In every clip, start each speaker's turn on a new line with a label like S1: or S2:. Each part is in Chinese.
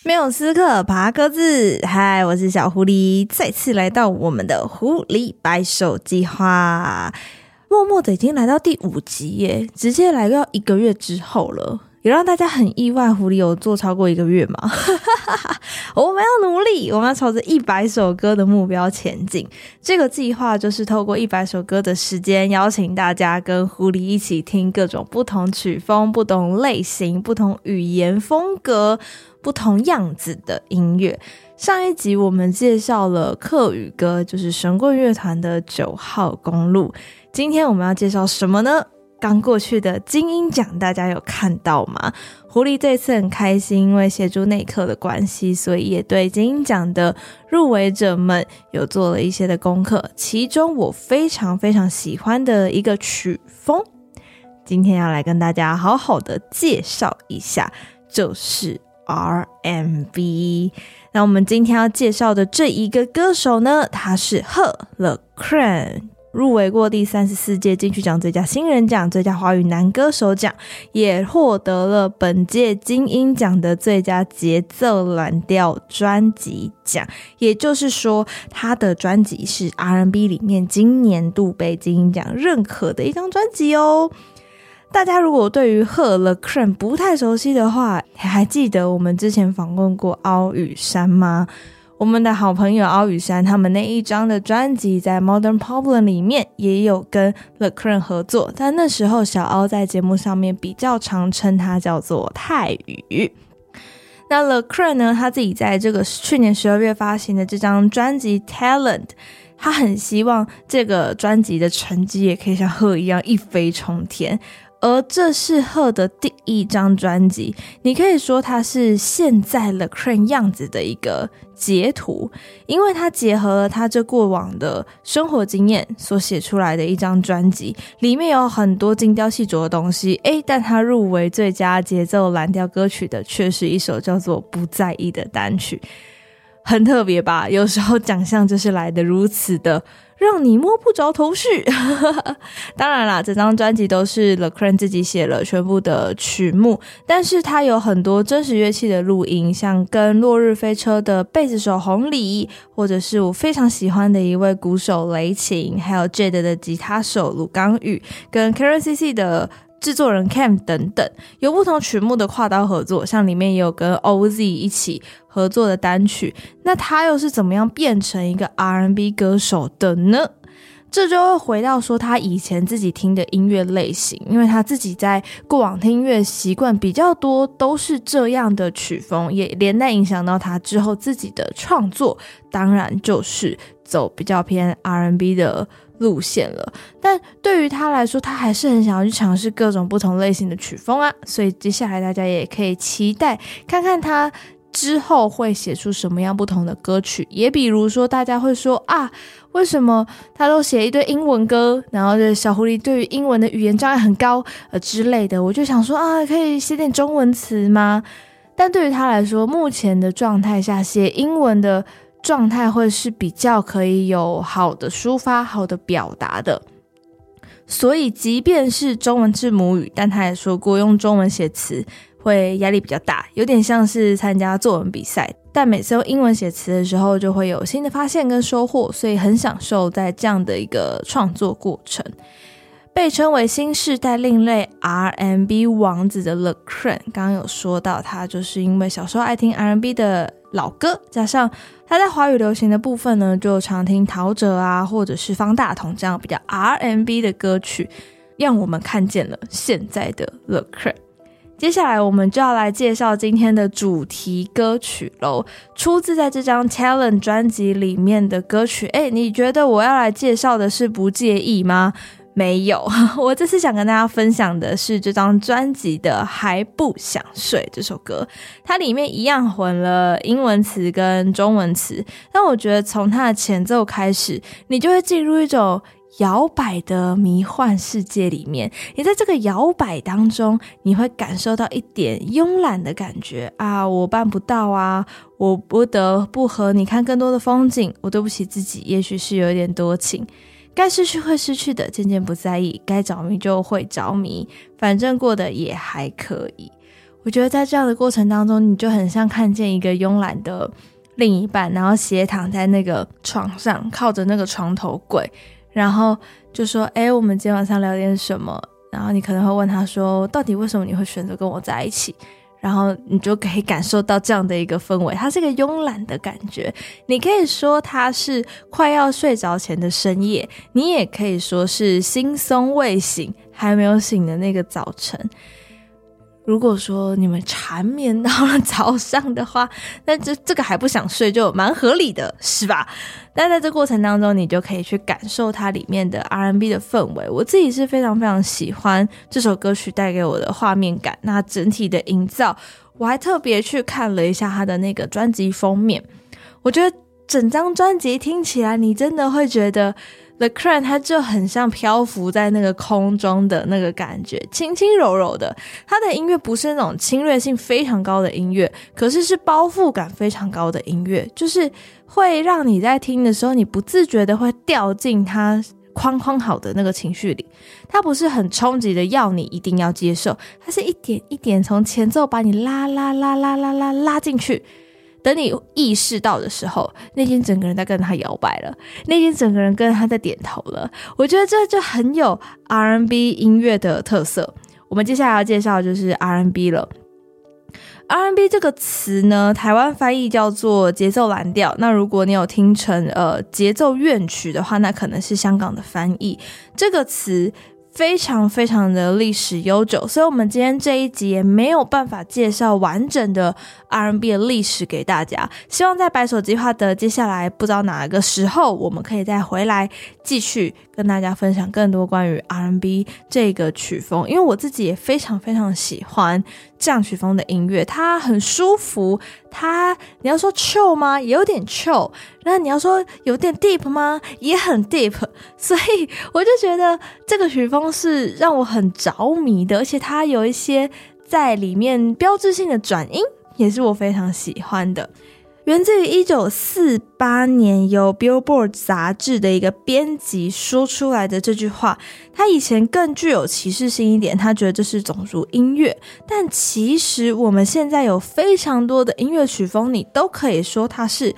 S1: 没有斯克爬格子，嗨，我是小狐狸，再次来到我们的狐狸白手计划，默默的已经来到第5集耶，直接来到1个月之后了，也让大家很意外，狐狸有做超过1个月吗？我们要努力，我们要朝着100首歌的目标前进。这个计划就是透过100首歌的时间，邀请大家跟狐狸一起听各种不同曲风、不同类型、不同语言风格、不同样子的音乐。上一集我们介绍了客语歌，就是神棍乐团的9号公路。今天我们要介绍什么呢？刚过去的金鹰奖大家有看到吗？狐狸这次很开心，因为协助内课的关系，所以也对金鹰奖的入围者们有做了一些的功课，其中我非常非常喜欢的一个曲风，今天要来跟大家好好的介绍一下，就是 R&B。 那我们今天要介绍的这一个歌手呢，他是贺勒克，入围过第34届金曲奖最佳新人奖、最佳华语男歌手奖，也获得了本届金鹰奖的最佳节奏蓝调专辑奖。也就是说，他的专辑是 R&B 里面今年度被金鹰奖认可的一张专辑哦。大家如果对于贺勒克不太熟悉的话，还记得我们之前访问过凹宇山吗？我们的好朋友凹宇山他们那一张的专辑在 Modern Problem 里面也有跟 勒克合作，但那时候小凹在节目上面比较常称他叫做泰语。那勒克呢，他自己在这个去年12月发行的这张专辑 Talent， 他很希望这个专辑的成绩也可以像贺一样一飞冲天，而这是贺的第1张专辑，你可以说它是现在 勒克样子的一个截图，因为它结合了他这过往的生活经验所写出来的一张专辑，里面有很多精雕细琢的东西，但他入围最佳节奏蓝调歌曲的却是一首叫做不在意的单曲。很特别吧？有时候奖项就是来得如此的让你摸不着头绪。当然啦，这张专辑都是 勒克自己写了全部的曲目，但是他有很多真实乐器的录音，像跟落日飞车的贝斯手洪礼，或者是我非常喜欢的一位鼓手雷琴，还有 Jade 的吉他手鲁刚宇，跟 KarenCC 的制作人 Cam 等等，有不同曲目的跨刀合作，像里面也有跟 OZ 一起合作的单曲。那他又是怎么样变成一个 R&B 歌手的呢？这就会回到说他以前自己听的音乐类型，因为他自己在过往听音乐习惯比较多都是这样的曲风，也连带影响到他之后自己的创作，当然就是走比较偏 R&B 的路线了。但对于他来说，他还是很想要去尝试各种不同类型的曲风啊，所以接下来大家也可以期待看看他之后会写出什么样不同的歌曲。也比如说大家会说啊，为什么他都写一堆英文歌，然后这小狐狸对于英文的语言障碍很高之类的，我就想说啊，可以写点中文词吗？但对于他来说，目前的状态下写英文的状态会是比较可以有好的抒发、好的表达的。所以即便是中文是母语，但他也说过用中文写词会压力比较大，有点像是参加作文比赛，但每次用英文写词的时候就会有新的发现跟收获，所以很享受在这样的一个创作过程。被称为新世代另类 R&B 王子的 勒克，刚刚有说到他就是因为小时候爱听 R&B 的老歌，加上他在华语流行的部分呢，就常听陶喆啊，或者是方大同这样比较 R&B 的歌曲，让我们看见了现在的勒克。接下来我们就要来介绍今天的主题歌曲咯，出自在这张 Talent 专辑里面的歌曲。你觉得我要来介绍的是不介意吗？没有，我这次想跟大家分享的是这张专辑的还不想睡这首歌，它里面一样混了英文词跟中文词，但我觉得从它的前奏开始，你就会进入一种摇摆的迷幻世界里面，你在这个摇摆当中，你会感受到一点慵懒的感觉啊，我办不到啊，我不得不和你看更多的风景，我对不起自己，也许是有点多情，该失去会失去的，渐渐不在意，该着迷就会着迷，反正过得也还可以。 我觉得在这样的过程当中，你就很像看见一个慵懒的另一半，然后斜躺在那个床上，靠着那个床头柜，然后就说我们今天晚上聊点什么，然后你可能会问他说到底为什么你会选择跟我在一起，然后你就可以感受到这样的一个氛围，它是一个慵懒的感觉。你可以说它是快要睡着前的深夜，你也可以说是惺忪未醒还没有醒的那个早晨。如果说你们缠绵到了早上的话，那这个还不想睡就蛮合理的，是吧？但在这过程当中，你就可以去感受它里面的 R&B 的氛围。我自己是非常非常喜欢这首歌曲带给我的画面感，那整体的营造，我还特别去看了一下它的那个专辑封面。我觉得整张专辑听起来，你真的会觉得The Crown 它就很像漂浮在那个空中的那个感觉，轻轻柔柔的。它的音乐不是那种侵略性非常高的音乐，可是是包覆感非常高的音乐，就是会让你在听的时候，你不自觉的会掉进它框框好的那个情绪里。它不是很冲击的要你一定要接受，它是一点一点从前奏把你拉进去。等你意识到的时候，内心整个人在跟他摇摆了，内心整个人跟他在点头了。我觉得这就很有 R&B 音乐的特色。我们接下来要介绍的就是 R&B 了。R&B 这个词呢，台湾翻译叫做节奏蓝调，那如果你有听成节奏乐曲的话，那可能是香港的翻译。这个词非常非常的历史悠久，所以我们今天这一集也没有办法介绍完整的 R&B 的历史给大家。希望在白手计划的接下来不知道哪个时候，我们可以再回来继续跟大家分享更多关于 R&B 这个曲风，因为我自己也非常非常喜欢这样曲风的音乐，它很舒服，你要说 chill 吗？也有点 chill， 那你要说有点 deep 吗？也很 deep， 所以我就觉得这个曲风是让我很着迷的，而且它有一些在里面标志性的转音，也是我非常喜欢的。源自于1948年由 Billboard 杂志的一个编辑说出来的这句话，他以前更具有歧视性一点，他觉得这是种族音乐，但其实我们现在有非常多的音乐曲风，你都可以说它是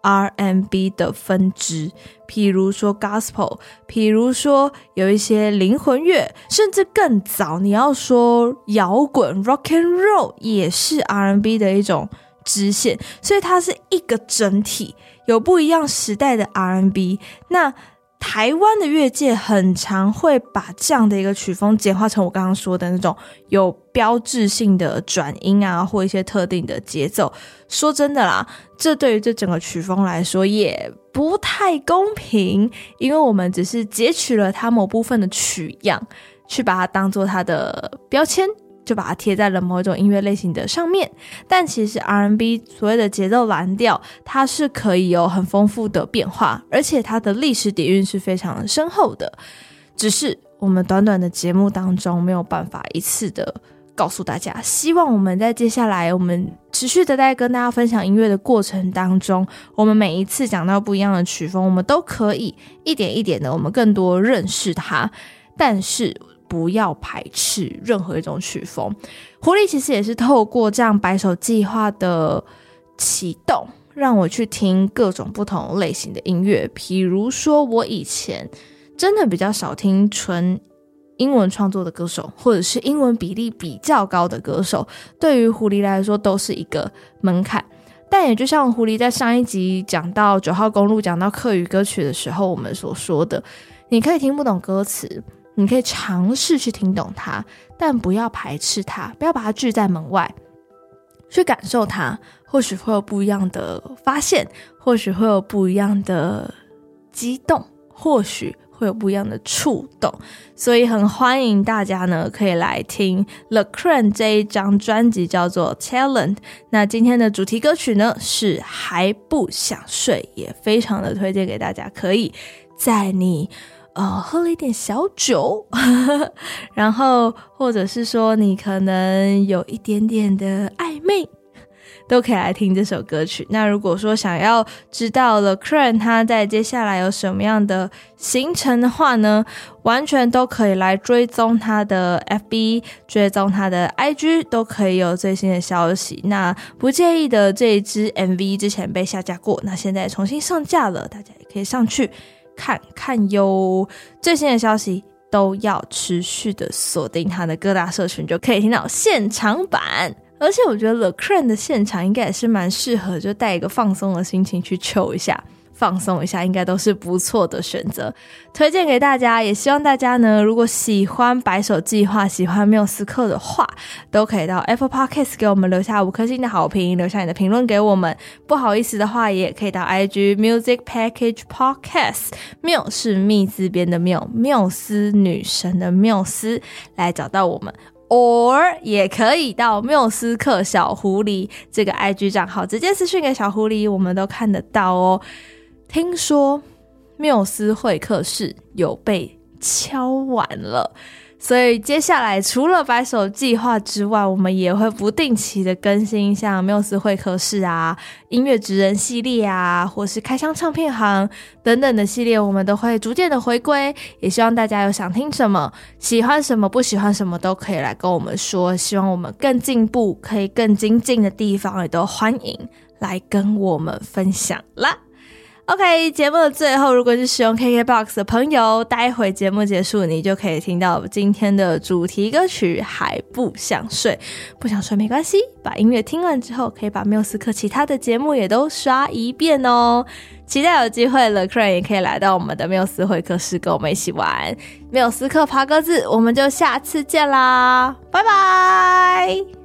S1: R&B 的分支，譬如说 Gospel， 譬如说有一些灵魂乐，甚至更早你要说摇滚 Rock and Roll 也是 R&B 的一种支线，所以它是一个整体，有不一样时代的 R&B。 那台湾的乐界很常会把这样的一个曲风简化成我刚刚说的那种有标志性的转音啊，或一些特定的节奏。说真的啦，这对于这整个曲风来说也不太公平，因为我们只是截取了它某部分的曲样，去把它当作它的标签，就把它贴在了某一种音乐类型的上面。但其实 R&B 所谓的节奏蓝调，它是可以有很丰富的变化，而且它的历史底蕴是非常深厚的，只是我们短短的节目当中没有办法一次的告诉大家。希望我们在接下来我们持续的在跟大家分享音乐的过程当中，我们每一次讲到不一样的曲风，我们都可以一点一点的我们更多认识它，但是不要排斥任何一种曲风。狐狸其实也是透过这样白手计划的启动，让我去听各种不同类型的音乐。比如说我以前真的比较少听纯英文创作的歌手，或者是英文比例比较高的歌手，对于狐狸来说都是一个门槛。但也就像狐狸在上一集讲到9号公路，讲到客语歌曲的时候我们所说的，你可以听不懂歌词，你可以尝试去听懂它，但不要排斥它，不要把它拒在门外，去感受它，或许会有不一样的发现，或许会有不一样的激动，或许会有不一样的触动。所以很欢迎大家呢可以来听 The Crown 这一张专辑叫做 Talent。 那今天的主题歌曲呢是还不想睡，也非常的推荐给大家，可以在你喝了一点小酒然后或者是说你可能有一点点的暧昧， 都可以来听这首歌曲。那如果说想要知道Lecrae他在接下来有什么样的行程的话呢，完全都可以来追踪他的 FB， 追踪他的 IG， 都可以有最新的消息。那不介意的这一支 MV 之前被下架过，那现在重新上架了，大家也可以上去看看哟。最新的消息都要持续的锁定他的各大社群，就可以听到现场版。而且我觉得 Lecrae 的现场应该也是蛮适合就带一个放松的心情去 chill 一下，放松一下，应该都是不错的选择，推荐给大家。也希望大家呢，如果喜欢白手计划，喜欢缪斯克的话，都可以到 Apple Podcast 给我们留下5颗星的好评，留下你的评论给我们。不好意思的话，也可以到 IG Music Package Podcast， 缪是密字边的缪，缪斯女神的缪斯，来找到我们。or 也可以到缪斯克小狐狸这个 IG 账号直接私讯给小狐狸，我们都看得到哦。听说缪斯会客室有被敲完了，所以接下来除了白手计划之外，我们也会不定期的更新像缪斯会客室啊、音乐职人系列啊，或是开箱唱片行等等的系列，我们都会逐渐的回归。也希望大家有想听什么、喜欢什么、不喜欢什么都可以来跟我们说，希望我们更进步、可以更精进的地方也都欢迎来跟我们分享啦。OK， 节目的最后，如果是使用 KKBOX 的朋友，待会节目结束你就可以听到今天的主题歌曲还不想睡。不想睡没关系，把音乐听完之后可以把缪斯克其他的节目也都刷一遍哦。期待有机会Lecrae也可以来到我们的缪斯会客室跟我们一起玩缪斯克爬格子，我们就下次见啦，拜拜。